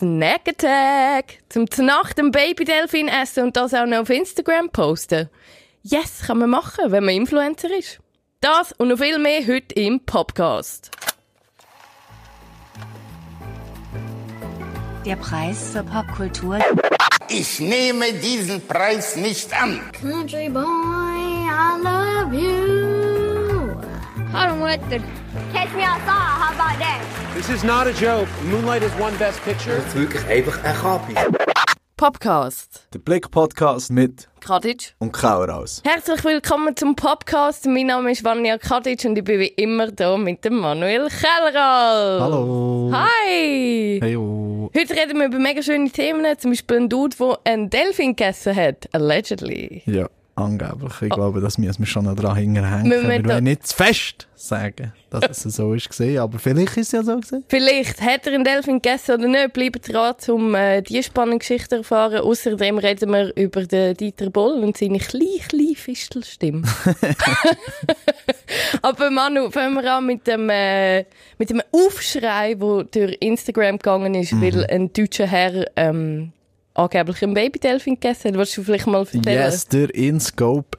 Snack Attack. Zum Nacht dem Baby-Delfin essen und das auch noch auf Instagram posten. Yes, kann man machen, wenn man Influencer ist. Das und noch viel mehr heute im Podcast. Der Preis zur Popkultur. Ich nehme diesen Preis nicht an. Country boy, I love you. Hallo Mutter. Catch me outside, how about that? This is not a joke. Moonlight is one best picture. Das ist wirklich einfach ein Kapi. Podcast. Der Blick-Podcast mit Kadic und Kauraus. Herzlich willkommen zum Podcast. Mein Name ist Vanja Kadic und ich bin wie immer hier mit dem Manuel Kelleral. Hallo. Hi. Heyo. Heute reden wir über mega schöne Themen, zum Beispiel ein Dude, der einen Delfin gegessen hat. Allegedly. Ja, angeblich. Ich glaube, das müssen wir schon noch dran hinterhängen. Wir wollen nicht zu fest sagen, dass es so ist gesehen, aber vielleicht ist es ja so gesehen. Vielleicht hat er einen Delfin gegessen oder nicht. Bleibt dran, um diese spannende Geschichte zu erfahren. Außerdem reden wir über den Dieter Boll und seine kleine Fistelstimme. Aber Manu, fangen wir an mit dem Aufschrei, der durch Instagram gegangen ist, weil ein deutscher Herr angeblich einen Baby-Delfin gegessen hat. Willst du vielleicht mal erzählen? Yes, der InScope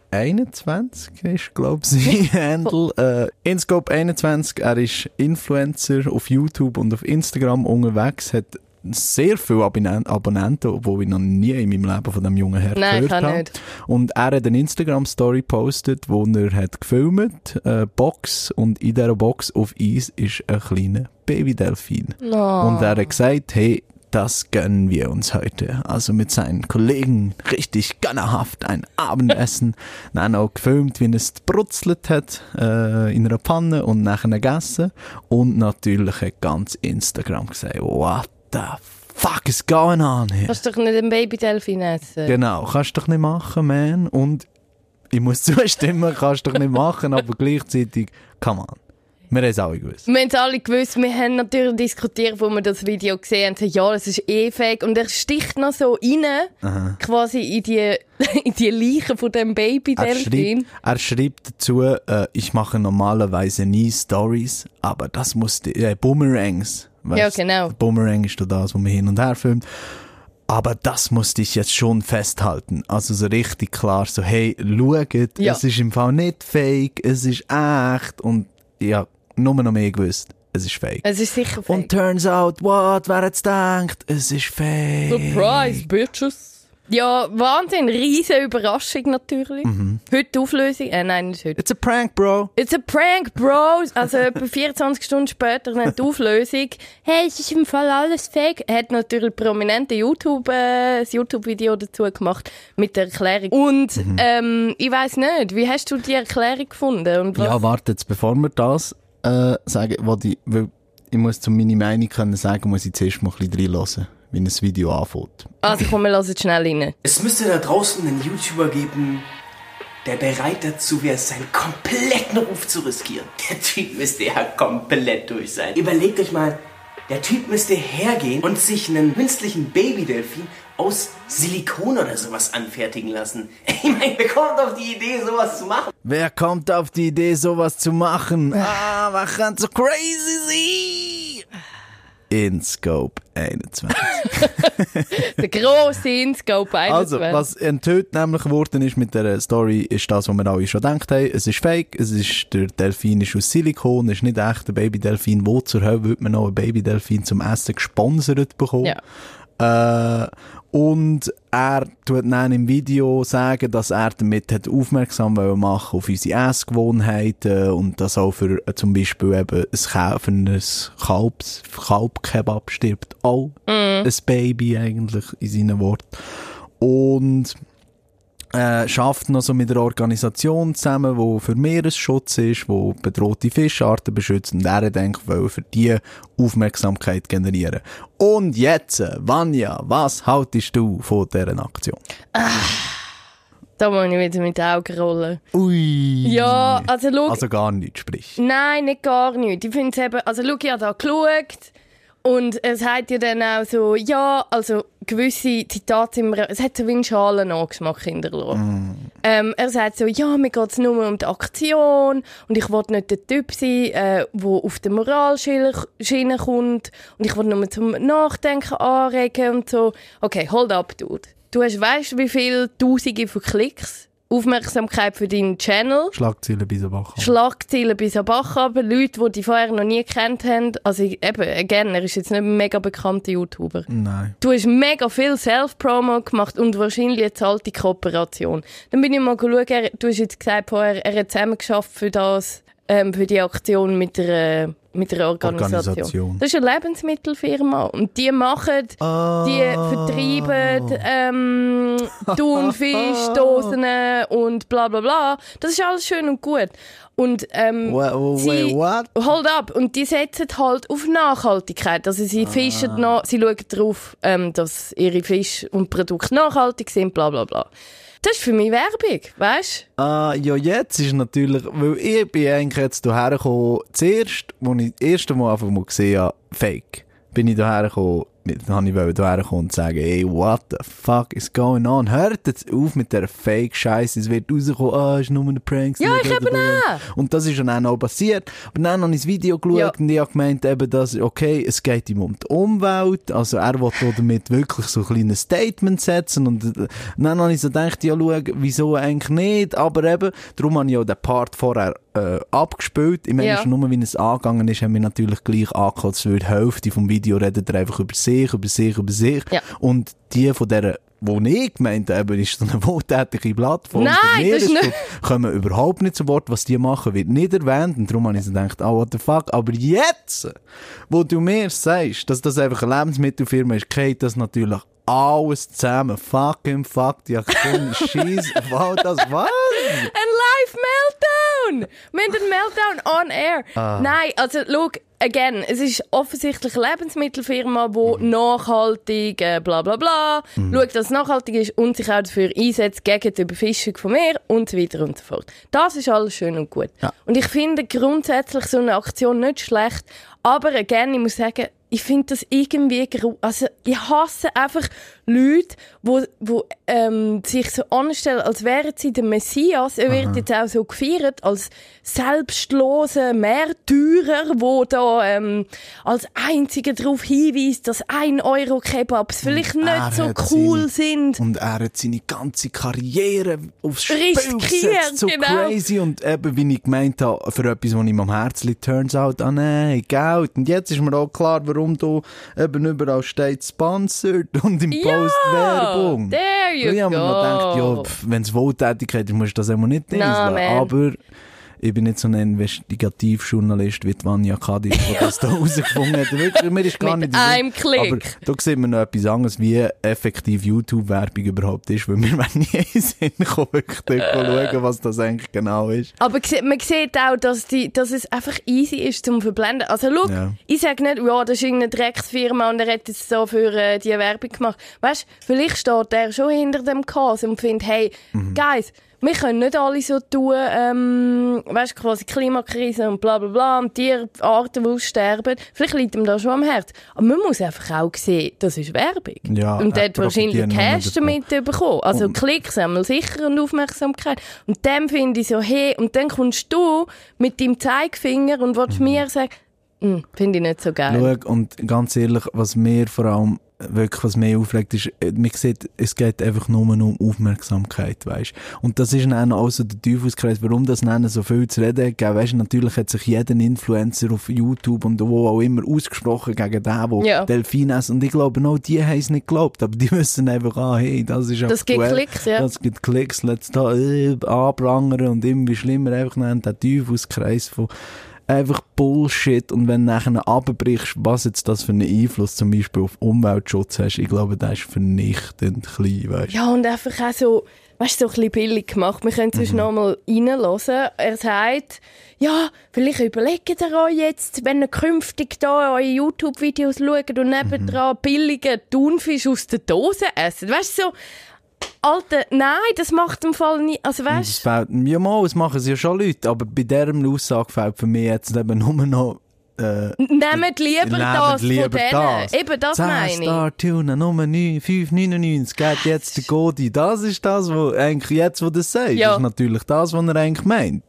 21 ist, glaube ich, sein Handle. InScope 21, er ist Influencer auf YouTube und auf Instagram unterwegs, hat sehr viele Abonnenten, obwohl ich noch nie in meinem Leben von diesem jungen Herrn gehört habe. Nicht. Und er hat eine Instagram-Story gepostet, wo er hat gefilmt, eine Box, und in dieser Box auf Eis ist ein kleiner Baby-Delfin. Oh. Und er hat gesagt, hey, das gönnen wir uns heute. Also mit seinen Kollegen richtig gönnerhaft ein Abendessen. Dann auch gefilmt, wie er es brutzelt hat in einer Pfanne und nachher gegessen. Und natürlich hat ganz Instagram gesagt, what the fuck is going on here? Kannst du doch nicht einen Baby-Delfin essen? Genau, kannst du doch nicht machen, man. Und ich muss zustimmen, kannst du doch nicht machen, aber gleichzeitig, come on. Wir haben es alle gewusst. Wir haben es alle gewusst. Wir haben natürlich diskutiert, wo wir das Video gesehen haben. Ja, das ist fake. Und er sticht noch so rein, quasi in die Leiche von dem Baby-Delfin. Er schreibt dazu, ich mache normalerweise nie Stories, aber das muss Boomerangs. Weißt, ja, genau. Boomerang ist das, was man hin und her filmt. Aber das musste ich jetzt schon festhalten. Also so richtig klar, so hey, schaut, es ist im Fall nicht fake, es ist echt. Und ja, nur noch mehr gewusst, es ist fake. Es ist sicher fake. Und turns out, what, wer hat's gedacht? Es ist fake. Surprise, bitches. Ja, Wahnsinn, riesen Überraschung natürlich. Heute die Auflösung, nein, nicht heute. It's a prank, bro. It's a prank, bro. Also etwa 24 Stunden später dann die Auflösung. Hey, es ist im Fall alles fake. Er hat natürlich prominente YouTube-Video dazu gemacht mit der Erklärung. Und ich weiss nicht, wie hast du die Erklärung gefunden? Und was? Ja, warte, jetzt bevor wir das sagen, weil ich muss zu meiner Meinung können sagen, muss ich zuerst mal ein bisschen reinhören, wie ein Video anfängt. Also komm, wir hören schnell rein. Es müsste da draußen einen YouTuber geben, der bereit dazu wäre, seinen kompletten Ruf zu riskieren. Der Typ müsste ja komplett durch sein. Überlegt euch mal, der Typ müsste hergehen und sich einen künstlichen Baby-Delfin aus Silikon oder sowas anfertigen lassen. Ich meine, wer kommt auf die Idee, sowas zu machen? Wer kommt auf die Idee, sowas zu machen? Was kann so crazy sein? InScope 21. Der grosse InScope 21. Also, was enthüllt nämlich geworden ist mit dieser Story, ist das, was wir alle schon gedacht haben. Es ist fake, der Delfin ist aus Silikon, es ist nicht echt ein Baby-Delfin. Wo zur Hölle würde man noch einen Baby-Delfin zum Essen gesponsert bekommen? Ja. Und er tut dann im Video sagen, dass er damit hat aufmerksam machen auf unsere Essgewohnheiten und dass auch für zum Beispiel eben ein Kalbkebab stirbt auch ein Baby eigentlich in seinen Worten. Und schafft noch so mit einer Organisation zusammen, die für Meeresschutz ist, die bedrohte Fischarten beschützt, und er denkt, will für die Aufmerksamkeit generieren. Und jetzt, Vanja, was haltest du von dieser Aktion? Da muss ich wieder mit den Augen rollen. Ui. Ja, also schau. Also gar nichts, sprich. Nein, nicht gar nichts. Ich finde es eben, also schau, ich habe da geschaut. Und es hat ja dann auch so, ja, also gewisse Zitate, es hat so wie einen Schalenangeschmack hinterlassen. Er sagt so, ja, mir geht's nur um die Aktion und ich will nicht der Typ sein, der auf der Moralschiene kommt und ich will nur zum Nachdenken anregen und so. Okay, hold up, Dude. Du weißt, wie viele Tausende von Klicks, Aufmerksamkeit für deinen Channel. Schlagzeilen bis Bach. Schlagzeilen bis Bach, aber Leute, die dich vorher noch nie gekannt haben. Also eben, again, er ist jetzt nicht ein mega bekannter YouTuber. Nein. Du hast mega viel Self-Promo gemacht und wahrscheinlich eine zahlte Kooperation. Dann bin ich mal schauen, du hast jetzt gesagt vorher, er hat zusammen geschafft für das, für die Aktion mit der Organisation. Das ist eine Lebensmittelfirma und die machen, die vertreiben Thunfisch, Dosen und bla bla bla. Das ist alles schön und gut. Und wait, what? Hold up. Und die setzen halt auf Nachhaltigkeit. Also sie fischen sie schauen darauf, dass ihre Fische und Produkte nachhaltig sind, bla bla bla. Das ist für mich Werbung, weißt du? Ja, jetzt ist natürlich, weil ich bin eigentlich jetzt hierher gekommen, zuerst, als ich das erste Mal einfach mal gesehen habe, Fake, bin ich hierher gekommen, dann wollte ich hierher kommen und sagen, ey, what the fuck is going on? Hört jetzt auf mit dieser Fake-Scheiße, es wird rauskommen, ist nur eine Prank. Ja, ich eben auch. Und das ist dann auch passiert. Und dann habe ich das Video geschaut und ich habe gemeint, eben, dass, okay, es geht ihm um die Umwelt, also er will damit wirklich so ein kleines Statement setzen und dann habe ich so gedacht, ja, schau, wieso eigentlich nicht, aber eben, darum habe ich auch den Part vorher abgespielt. Ich meine, schon nur, wie es angegangen ist, haben wir natürlich gleich angehört, es würde die Hälfte vom Video redet einfach über sich. Ja. Und die von der, die ich gemeint habe, ist so eine wohltätige Plattform. Nein, das ist nicht. Kommen überhaupt nicht zu Wort. Was die machen, wird nicht erwähnt. Und darum habe ich so gedacht, what the fuck. Aber jetzt, wo du mir sagst, dass das einfach eine Lebensmittelfirma ist, geht das natürlich alles zusammen. Fuck, die Aktion, Scheiße, wow, das was? Ein Live-Meltdown! Wir haben einen Meltdown on air. Nein, also, schau, again, es ist offensichtlich eine Lebensmittelfirma, die nachhaltig, bla bla bla, schaut, dass es nachhaltig ist und sich auch dafür einsetzt gegen die Überfischung von Meer und so weiter und so fort. Das ist alles schön und gut. Ja. Und ich finde grundsätzlich so eine Aktion nicht schlecht, aber again, ich muss sagen, ich finde das irgendwie also ich hasse einfach Leute, die sich so anstellen, als wären sie der Messias. Er wird jetzt auch so gefeiert als selbstloser Märtyrer, der da als einziger darauf hinweist, dass 1 Euro Kebabs vielleicht nicht so cool sind. Und er hat seine ganze Karriere aufs Spiel gesetzt, so genau. Crazy. Und eben, wie ich gemeint habe, für etwas, was ihm am Herzen liegt, turns out, nein, Geld. Und jetzt ist mir auch klar, warum du eben überall steht sponsored und im Post Werbung. There you go. Ich habe mir noch gedacht, ja, wenn es Wohltätigkeit ist, musst du das immer nicht lesen. Aber ich bin nicht so ein Investigativjournalist wie Vanja Kadi, der das da rausgefunden hat. Wirklich, mir ist gar mit nicht einem Klick. Aber da sieht man noch etwas anderes, wie effektiv YouTube-Werbung überhaupt ist, weil wir nie in den Sinn kommen, wirklich schauen, was das eigentlich genau ist. Aber man sieht auch, dass es einfach easy ist zum Verblenden. Also schau, ich sage nicht, ja, das ist irgendeine Drecksfirma und er hat jetzt so für die Werbung gemacht. Weißt, vielleicht steht der schon hinter dem Chaos und findet, hey, Guys, wir können nicht alle so tun, weißt, quasi Klimakrise und bla bla bla und Tierarten, die aussterben. Vielleicht liegt ihm das schon am Herz. Aber man muss einfach auch sehen, das ist Werbung. Ja, und der hat wahrscheinlich Cash damit bekommen. Also Klicks haben sicher und Aufmerksamkeit. Und dem finde ich so, hey, und dann kommst du mit deinem Zeigefinger und willst mir sagen, finde ich nicht so geil. Schau, und ganz ehrlich, was mir vor allem wirklich, was mehr aufregt, ist, man sieht, es geht einfach nur um Aufmerksamkeit, weisst. Und das ist dann auch so der Teufelskreis, warum das dann so viel zu reden gegeben, weisst. Natürlich hat sich jeder Influencer auf YouTube und wo auch immer ausgesprochen gegen den, der Delfine essen. Und ich glaube, auch die haben es nicht geglaubt, aber die wissen einfach, hey, das ist das aktuell. Das gibt Klicks, ja. Das gibt Klicks, let's da anprangern und immer schlimmer einfach dann der Teufelskreis von einfach Bullshit. Und wenn du nachher runterbrichst, was jetzt das für einen Einfluss zum Beispiel auf Umweltschutz hast, ich glaube, das ist vernichtend klein, weißt. Ja, und einfach auch so, weißt du, so ein bisschen billig gemacht. Wir können sonst noch mal reinhören. Er sagt, ja, vielleicht überlegt ihr euch jetzt, wenn ihr künftig da eure YouTube-Videos schaut und nebendran billigen Thunfisch aus der Dose essen. Weißt du, so, Alter, nein, das macht im Fall nicht. Also weißt ja, mal, das machen sie ja schon Leute, aber bei dieser Aussage fällt für mich jetzt eben nur noch nehmt lieber das von denen. Eben, das meine ich. 10 Star Tuna, Nummer 5,99, geht jetzt der Godi. Das ist das, was eigentlich jetzt, wo du das sagst, ist natürlich das, was er eigentlich meint.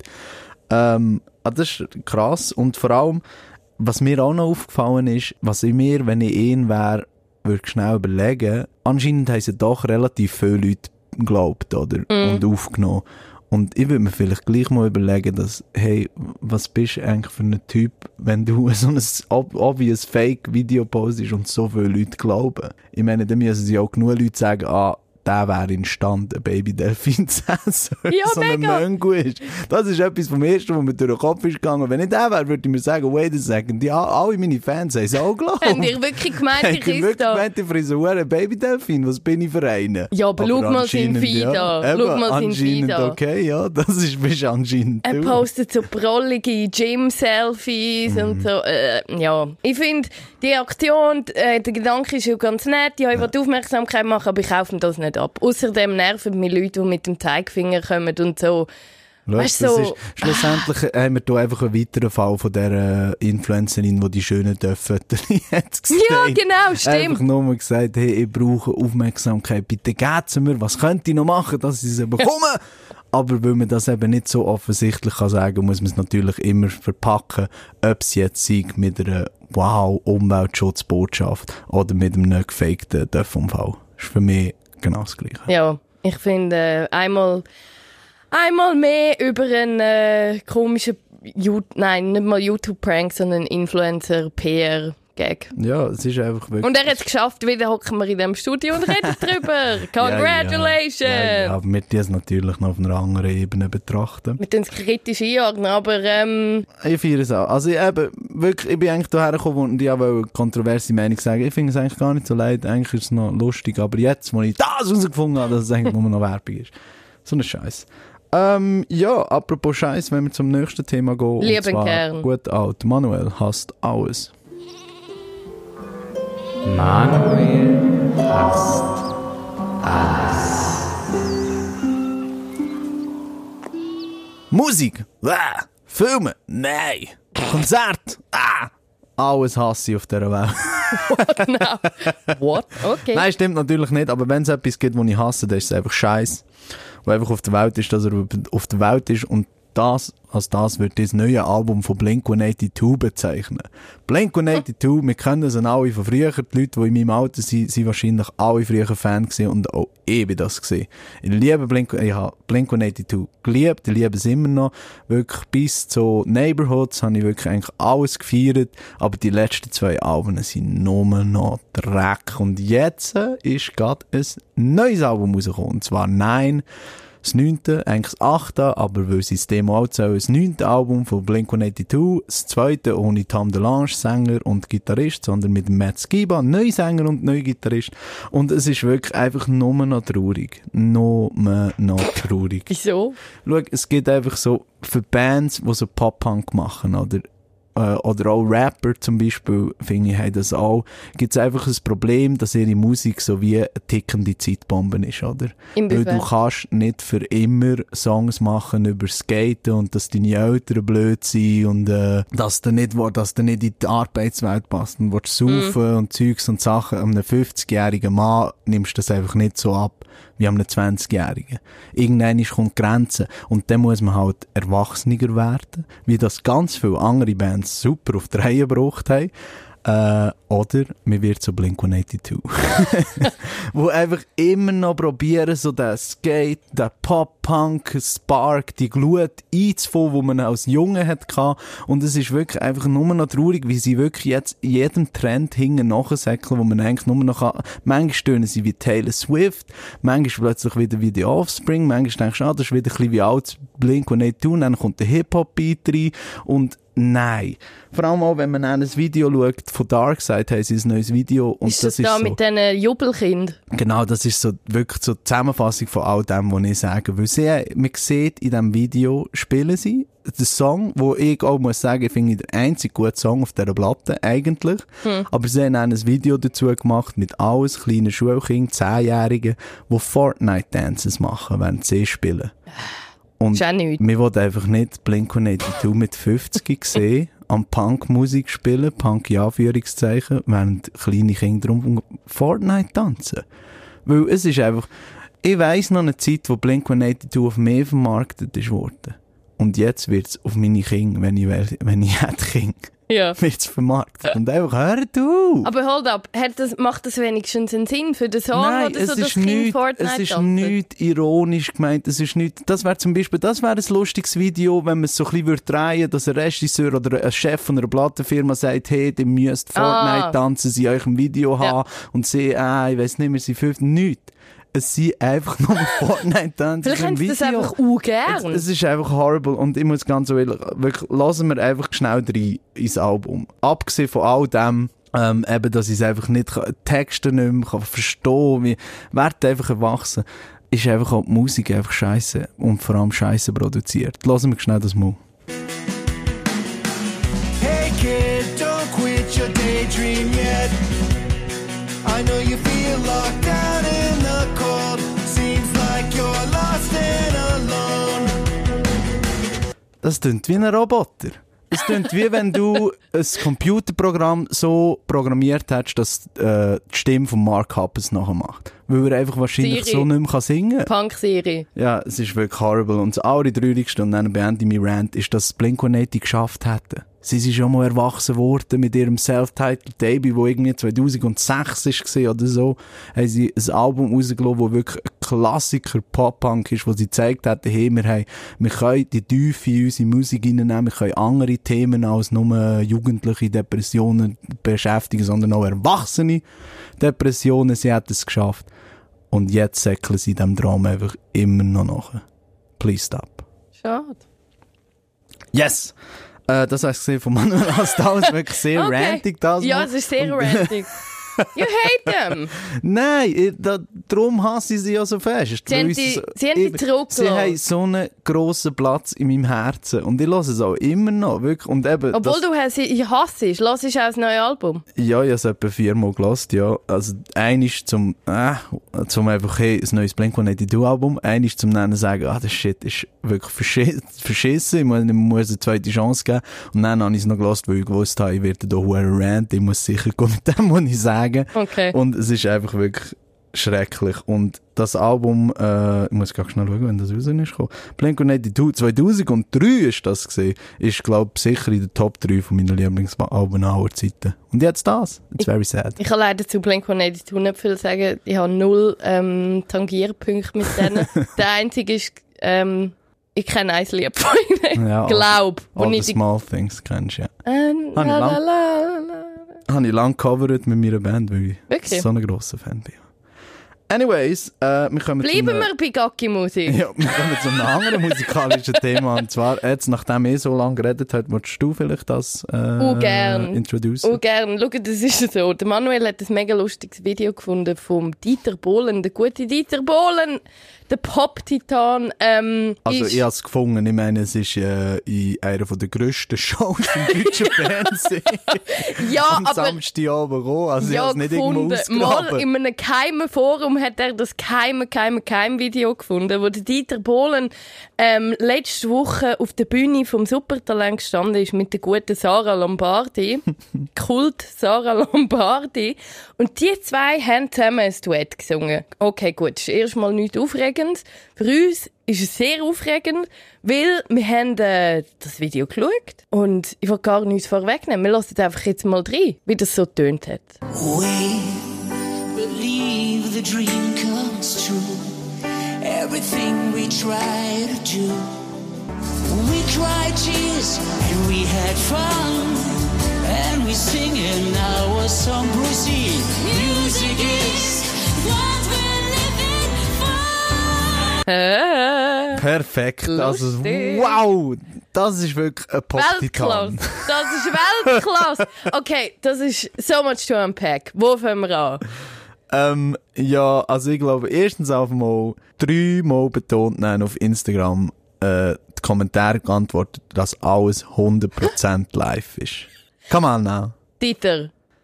Das ist krass. Und vor allem, was mir auch noch aufgefallen ist, was ich mir, wenn ich ihn wäre, würde schnell überlegen, anscheinend haben sie doch relativ viele Leute geglaubt, oder? Und aufgenommen. Und ich würde mir vielleicht gleich mal überlegen, dass, hey, was bist du eigentlich für ein Typ, wenn du so ein obvious Fake-Video postest und so viele Leute glauben? Ich meine, dann müssen sie auch genug Leute sagen, der wäre instand, ein Baby-Delfin zu essen, so ein Möngo ist. Das ist etwas vom Ersten, was mir durch den Kopf ist gegangen. Wenn ich der wäre, würde ich mir sagen, wait a second, alle meine Fans haben es auch geglaubt. Haben die wirklich gemeint, ich wirklich gemeint, ich frisur ein Baby-Delfin, was bin ich für einen? Ja, aber schau mal sein Feed an. Schau mal sein Feed an. Okay, ja, das ist anscheinend. Er postet so prollige Gym-Selfies und so. Ja, ich finde, die Aktion, der Gedanke ist ja ganz nett. Ja, ich will Aufmerksamkeit machen, aber ich kaufe mir das nicht ab. Außerdem nerven mich Leute, die mit dem Zeigefinger kommen und so. Weißt, so ist, schlussendlich haben wir hier einfach einen weiteren Fall von dieser Influencerin, die schönen Dörffotos hat gesehen. Ja, genau, stimmt. Einfach nur gesagt, hey, ich brauche Aufmerksamkeit, bitte gebt sie mir, was könnte ich noch machen, dass ich sie bekomme? Aber weil man das eben nicht so offensichtlich kann sagen, muss man es natürlich immer verpacken, ob es jetzt sei mit einer Umweltschutzbotschaft oder mit einem gefakten Dörfunfall. Das ist für mich genau das Gleiche. Ja, ich finde, einmal mehr über einen komischen, nicht mal YouTube-Prank, sondern Influencer-PR-Gag. Ja, es ist einfach wirklich... Und er hat es geschafft, wieder hocken wir in diesem Studio und reden drüber. Congratulations! Ja, aber wir müssen es natürlich noch auf einer anderen Ebene betrachten. Wir tun es kritisch einordnen, aber... Ich feiere es auch. Also ich bin eigentlich hierher gekommen und ich wollte eine kontroverse Meinung sagen. Ich finde es eigentlich gar nicht so leid, eigentlich ist es noch lustig, aber jetzt, wo ich das herausgefunden habe, dass es eigentlich nur noch Werbung ist. So ein Scheiß. Ja, apropos Scheiß, wenn wir zum nächsten Thema gehen. Lieben gern. Gut alt. Manuel hasst alles. Manuel hasst alles. Musik? Filme? Nein. Konzert? Alles hasse ich auf dieser Welt. Genau. What? Okay. Nein, stimmt natürlich nicht, aber wenn es etwas gibt, was ich hasse, dann ist es einfach Scheiß. Was einfach auf der Welt ist, dass er auf der Welt ist und das wird das neue Album von Blink-182 bezeichnen. Blink-182, wir kennen sie alle von früher. Die Leute, die in meinem Alter sind wahrscheinlich alle früher Fan gewesen und auch ich bin das gewesen. Ich habe Blink-182 geliebt, ich liebe es immer noch. Wirklich bis zu Neighborhoods habe ich wirklich eigentlich alles gefeiert, aber die letzten 2 Alben sind nur noch Dreck. Und jetzt ist gerade ein neues Album rausgekommen, und zwar Nine. Das 9., eigentlich das 8., aber weil sie das Demo auch zählen, das 9. Album von Blink-182, das 2. ohne Tom DeLonge, Sänger und Gitarrist, sondern mit Matt Skiba, neuer Sänger und neuer Gitarrist. Und es ist wirklich einfach nur noch traurig. Nur noch traurig. Wieso? Schau, es gibt einfach so, für Bands, die so Pop-Punk machen, oder auch Rapper zum Beispiel, finde ich, haben das auch, gibt es einfach ein Problem, dass ihre Musik so wie eine tickende Zeitbombe ist, oder? Weil du kannst nicht für immer Songs machen über Skaten und dass deine Eltern blöd sind und dass du nicht in die Arbeitswelt passt und willst saufen und Zeugs und Sachen. Einem 50-jährigen Mann nimmst du das einfach nicht so ab wie einem 20-jährigen. Irgendwann kommt die Grenze und dann muss man halt erwachsener werden, wie das ganz viele andere Bands super auf die Reihe gebracht haben. Oder man wird so Blink-182. Wo einfach immer noch probieren, so den Skate, den Pop-Punk, Spark, die Glut einzufangen, die man als Junge hatte. Und es ist wirklich einfach nur noch traurig, wie sie wirklich jetzt jedem Trend hinten nachsäckeln, wo man eigentlich nur noch kann. Manchmal stöhnen sie wie Taylor Swift, manchmal plötzlich wieder wie The Offspring, manchmal denkst du, das ist wieder ein bisschen wie altes Blink-182, und dann kommt der Hip-Hop-Beat rein und nein. Vor allem auch, wenn man ein Video schaut, von Darkseid haben sie ein neues Video. Und ist das da so, mit diesen Jubelkindern? Genau, das ist so wirklich so die Zusammenfassung von all dem, was ich sage. Weil man sieht, in diesem Video spielen sie den Song, wo ich auch muss sagen, ich finde der einzige gute Song auf dieser Platte, eigentlich. Aber sie haben auch ein Video dazu gemacht mit alles kleinen Schulkindern, 10-Jährigen, die Fortnite-Dances machen, während sie spielen. Und wir wollen einfach nicht Blink-182 mit 50 sehen am Punk-Musik spielen, Punk in Anführungszeichen, während kleine Kinder um Fortnite tanzen. Weil es ist einfach, ich weiss noch eine Zeit, wo Blink-182 auf mehr vermarktet ist worden. Und jetzt wird es auf meine Kinder, wenn ich hätte Kinder, wird es vermarktet. Und einfach, hör du! Aber hold up, macht das wenigstens einen Sinn für den Song? Nein, oder so, das Kind Fortnite es ist nicht ironisch gemeint. Das wäre zum Beispiel, ein lustiges Video, wenn man es so ein bisschen drehen würde, dass ein Regisseur oder ein Chef von einer Plattenfirma sagt, hey, ihr müsst Fortnite tanzen, sie euch im Video haben und sie, ich weiss nicht, wir sind 15, nichts. Es sind einfach nur Fortnite-Tanzen. Vielleicht haben sie das einfach gern. Es ist einfach horrible und ich muss ganz ehrlich, wirklich, lassen wir einfach schnell rein ins Album. Abgesehen von all dem, eben, dass ich es einfach nicht Texte nicht mehr verstehen kann, wird einfach erwachsen, ist einfach auch die Musik einfach scheisse und vor allem scheisse produziert. Lassen wir schnell das mal. Hey kid, don't quit your daydream yet. I know you feel locked out in the cold. Seems like you're lost and alone. Das klingt wie ein Roboter. Es klingt wie wenn du ein Computerprogramm so programmiert hättest, dass die Stimme von Mark Hoppus nachher macht. Weil er einfach wahrscheinlich Siri. so nicht mehr singen kann. Punk-Serie. Ja, es ist wirklich horrible. Und das allertraurigste, und dann beende ich meinen Rant, ist, dass Blink-182 geschafft hätten. Sie sind schon mal erwachsen worden mit ihrem Self-Titled Debut, wo irgendwie 2006 war oder so. Haben sie ein Album rausgelassen, das wirklich ein Klassiker Pop-Punk ist, wo sie gezeigt hätten, hey, wir können die Tiefe in unsere Musik reinnehmen, wir können andere Themen als nur jugendliche Depressionen beschäftigen, sondern auch erwachsene Depressionen. Sie hätten es geschafft. Und jetzt säckeln sie dem Drama einfach immer noch nach. Please stop. Schade. Yes! Das hast du gesehen von Manuel Astal, wirklich sehr rantig. Das ja, mal. es ist sehr rantig. You hate them! Nein, darum hasse ich sie ja so fest. Sie haben die zurückgelassen. Sie haben so einen grossen Platz in meinem Herzen. Und ich höre es auch immer noch. Wirklich. Und eben, obwohl du sie hassest, hörst du auch das neue Album? Ja, ich habe es etwa 4-mal gehört, ja. Also, einiges zum einfach, hey, ein neues Blink-182-Album. Einiges zum Nennen sagen, das Shit ist wirklich verschissen. Ich muss eine zweite Chance geben. Und dann habe ich es noch gehört, weil ich gewusst habe, ich werde hier Rant. Ich muss sicher mit dem, was ich sage. Okay. Und es ist einfach wirklich schrecklich. Und das Album, ich muss gerade schnell schauen, wenn das raus ist gekommen. Blink-182 2003 ist das gesehen, ist, glaube ich, sicher in der Top 3 von meinen Lieblingsalben aller Zeiten. Und jetzt das. It's very sad. Ich kann leider zu Blink-182 nicht viel sagen. Ich habe 0 Tangierpunkte mit denen. Der einzige ist, ich kenne ein Lied von ihnen. Ja, Glaub. All the small things kennst du, ja. Habe ich lange gecovert mit meiner Band, weil ich so ein grosser Fan bin. Anyways, wir kommen bleiben wir bei Gacki-Musik. Ja, wir kommen zu einem anderen musikalischen Thema. Und zwar, jetzt, nachdem ich so lange geredet habe, willst du vielleicht das introducen? Gern. Schau, das ist so. Der Manuel hat ein mega lustiges Video gefunden vom Dieter Bohlen, der gute Dieter Bohlen, der Pop-Titan. Also ich habe es gefunden. Ich meine, es ist in einer der grössten Shows im deutschen Fernsehen. Ja, am aber... Samstagabend auch. Also ja, ich habe es nicht irgendwo ausgegraben. Mal in einem geheimen Forum hat er das geheime Video gefunden, wo der Dieter Bohlen letzte Woche auf der Bühne vom Supertalent gestanden ist mit der guten Sarah Lombardi. Kult Sarah Lombardi. Und die zwei haben zusammen ein Duett gesungen. Okay, gut, das ist erstmal nichts Aufregendes. Für uns ist es sehr aufregend, weil wir haben das Video geschaut und ich will gar nichts vorwegnehmen. Wir lassen einfach jetzt mal rein, wie das so getönt hat. We believe the dream comes true. Everything we try to do. We cried tears and we had fun. And we singing our song, Brucey. Music is what we're living for. Perfekt. Also, wow! Das ist wirklich ein Pop-Titan. Weltklasse. Das ist Weltklasse. Okay, das ist so much to unpack. Wo fangen wir an? Ja, also ich glaube, erstens auf mal 3-mal betont auf Instagram die Kommentare geantwortet, dass alles 100% live ist. Come on now. Dieter,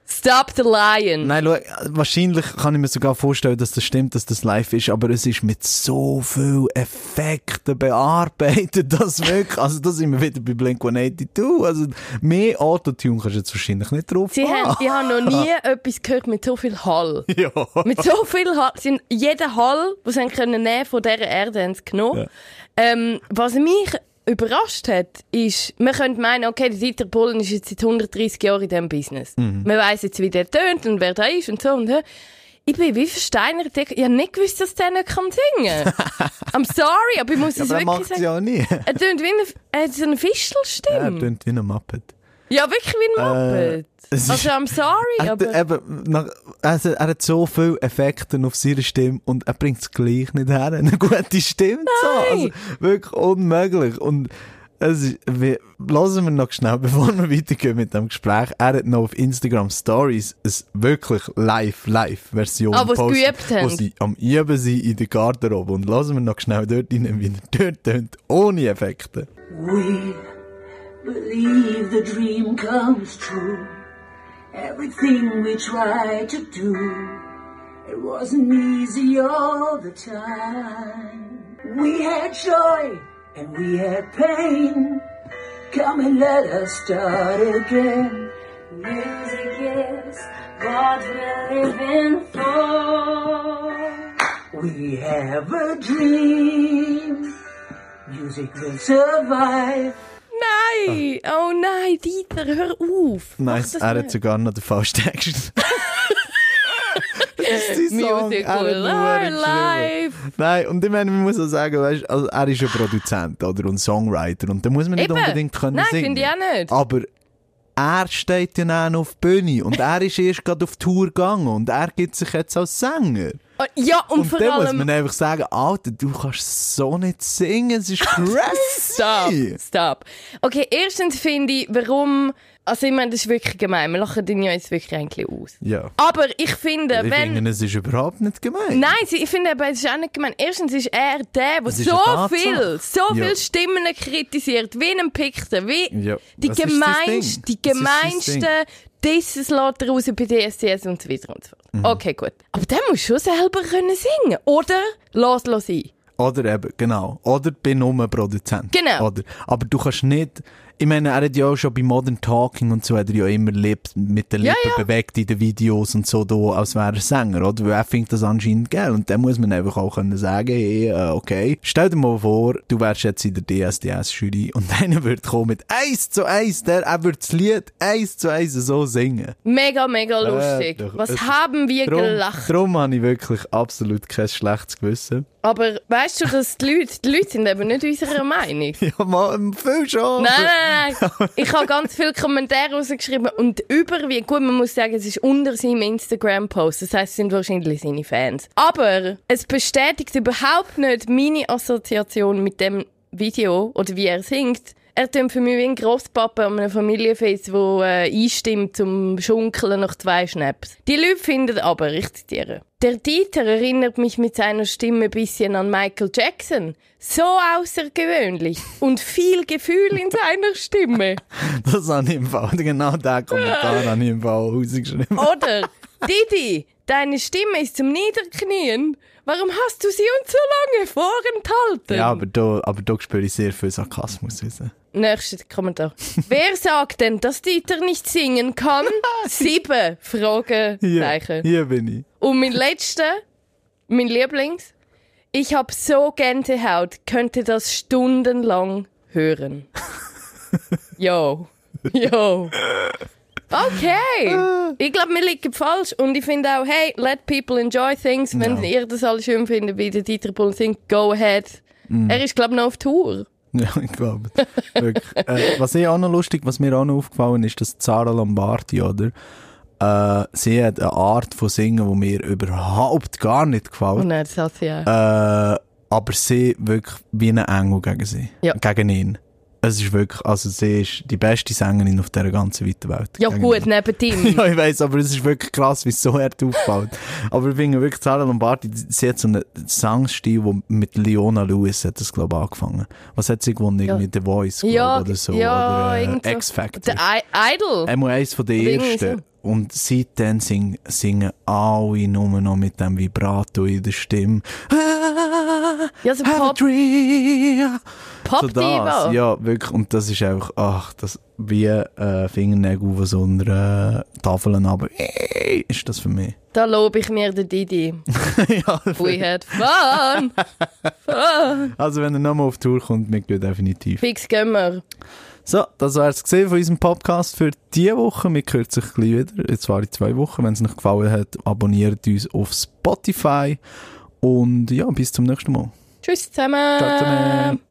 Stop the lying. Nein, schau, wahrscheinlich kann ich mir sogar vorstellen, dass das stimmt, dass das live ist, aber es ist mit so viel Effekten bearbeitet, dass wirklich, also da sind wir wieder bei Blink-182, also mehr Autotune kannst du jetzt wahrscheinlich nicht drauf Ich habe noch nie etwas gehört mit so viel Hall. Ja. Mit so viel Hall. Jeden Hall, den sie können nehmen von dieser Erde, haben sie genommen. Ja. Was mich überrascht hat, ist, man könnte meinen, okay, der Dieter Bohlen ist jetzt seit 130 Jahren in diesem Business. Man weiss jetzt, wie der tönt und wer da ist und so. Und ich bin wie versteinert. Ich habe nicht gewusst, dass der nicht singen kann. I'm sorry, aber ich muss es wirklich sagen. Ja, nie. Er tönt wie so eine Fischlstimme. Ja, er tönt wie ein Muppet. Ja, wirklich wie ein Muppet. Also, I'm sorry, aber... Er hat so viele Effekte auf seine Stimme und er bringt es gleich nicht her, eine gute Stimme zu haben. Also, wirklich unmöglich. Und hören wir noch schnell, bevor wir weitergehen mit dem Gespräch. Er hat noch auf Instagram Stories eine wirklich Live-Version gepostet, wo sie am Üben sind in der Garderobe. Und hören wir noch schnell dort rein, wie er dort tönt, ohne Effekte. We believe the dream comes true. Everything we try to do, it wasn't easy all the time. We had joy and we had pain. Come and let us start again. Music is what we're living for. We have a dream. Music will survive. Nein! Oh nein, Dieter, hör auf! Nice, er hat sogar noch den falschen Text. Das ist die Song. Music will live! Nein, und ich meine, man muss auch sagen, weißt, also er ist ein Produzent oder ein Songwriter und da muss man nicht unbedingt können Nein, singen. finde ich auch nicht. Aber er steht ja dann auf der Bühne und er ist erst gerade auf Tour gegangen und er gibt sich jetzt als Sänger. Ja, und vor dann allem... muss man einfach sagen, Alter, du kannst so nicht singen, es ist crazy. Stop. Okay, erstens finde ich, warum... Also ich meine, das ist wirklich gemein. Wir lachen den ja jetzt wirklich eigentlich aus. Ja. Aber ich finde, ich finde, es ist überhaupt nicht gemein. Nein, ich finde aber, es ist auch nicht gemein. Erstens ist er der so viel Stimmen kritisiert, wie ein Pickter, wie die gemeinsten Disses lässt er raus bei DSDS und so weiter und so fort. Okay, gut. Aber der muss schon selber können singen. Oder lass sein. Oder eben, genau. Oder bin nur ein Produzent. Genau. Oder, aber du kannst nicht... Ich meine, er hat ja auch schon bei Modern Talking und so hat er ja immer mit den Lippen bewegt in den Videos und so, da, als wäre er Sänger, oder? Weil er findet das anscheinend geil. Und dann muss man einfach auch können sagen, hey, okay. Stell dir mal vor, du wärst jetzt in der DSDS-Jury und einer würde kommen mit 1:1, er würde das Lied 1:1 so singen. Mega, mega lustig. Was haben wir gelacht? Darum habe ich wirklich absolut kein schlechtes Gewissen. Aber weißt du, dass die Leute sind eben nicht unserer Meinung? Ja, mal, viel schon. Nein. Ich habe ganz viele Kommentare rausgeschrieben und überwiegend, gut, man muss sagen, es ist unter seinem Instagram-Post, das heisst, es sind wahrscheinlich seine Fans. Aber es bestätigt überhaupt nicht meine Assoziation mit dem Video oder wie er singt. Er tönt für mich wie ein Grosspapa an einem Familienfest, der einstimmt zum Schunkeln nach 2 Schnaps. Die Leute finden aber, ich zitiere, der Dieter erinnert mich mit seiner Stimme ein bisschen an Michael Jackson. So außergewöhnlich und viel Gefühl in seiner Stimme. Das habe ich im Fall, genau diesen Kommentar habe ich im Fall rausgeschrieben. Oder, Didi, deine Stimme ist zum Niederknien. Warum hast du sie uns so lange vorenthalten? Ja, aber da spüre ich sehr viel Sarkasmus raus. Nächster Kommentar. Wer sagt denn, dass Dieter nicht singen kann? 7 Fragezeichen. Hier bin ich. Und mein Lieblings. Ich habe so Gänsehaut, könnte das stundenlang hören. Yo. Okay. Ich glaube, wir liegen falsch. Und ich finde auch, hey, let people enjoy things. Wenn ihr das alles schön findet, wie der Dieter Bohlen singt, go ahead. Er ist, glaube ich, noch auf Tour. Ja, ich glaube. Was mir auch noch aufgefallen ist, dass Zara Lombardi, oder? Sie hat eine Art von Singen, die mir überhaupt gar nicht gefällt. Oh nein, das hat sie auch. Aber sie wirklich wie ein Engel gegen sie. Ja. Gegen ihn. Es ist wirklich, also sie ist die beste Sängerin auf dieser ganzen weiten Welt. Ja gut, neben ihm. Ja, ich weiss, aber es ist wirklich krass, wie es so hart auffällt. Aber ich finde wirklich, Zara Lombardi, sie hat so einen Songstil, der mit Leona Lewis hat das, glaube ich, angefangen. Was hat sie gewonnen? Irgendwie The Voice, glaube ich, oder so. Ja, oder irgend so. X-Factor. The Idol. Einmal eins von den ersten. Und seitdem singen alle nur noch mit dem Vibrato in der Stimme. Ja, so Have a dream. Pop-Diva. So ja, wirklich. Und das ist einfach, das wie Fingernägel auf so einer Tafel aber ist das für mich. Da lobe ich mir den Didi. Ja, We had fun. Fun. also wenn er nochmal auf Tour kommt, mit mir definitiv. Fix gehen wir. So, das war es von unserem Podcast für diese Woche. Wir hören sich gleich wieder, jetzt war in 2 Wochen. Wenn es euch gefallen hat, abonniert uns auf Spotify. Und ja, bis zum nächsten Mal. Tschüss zusammen. Ciao zusammen.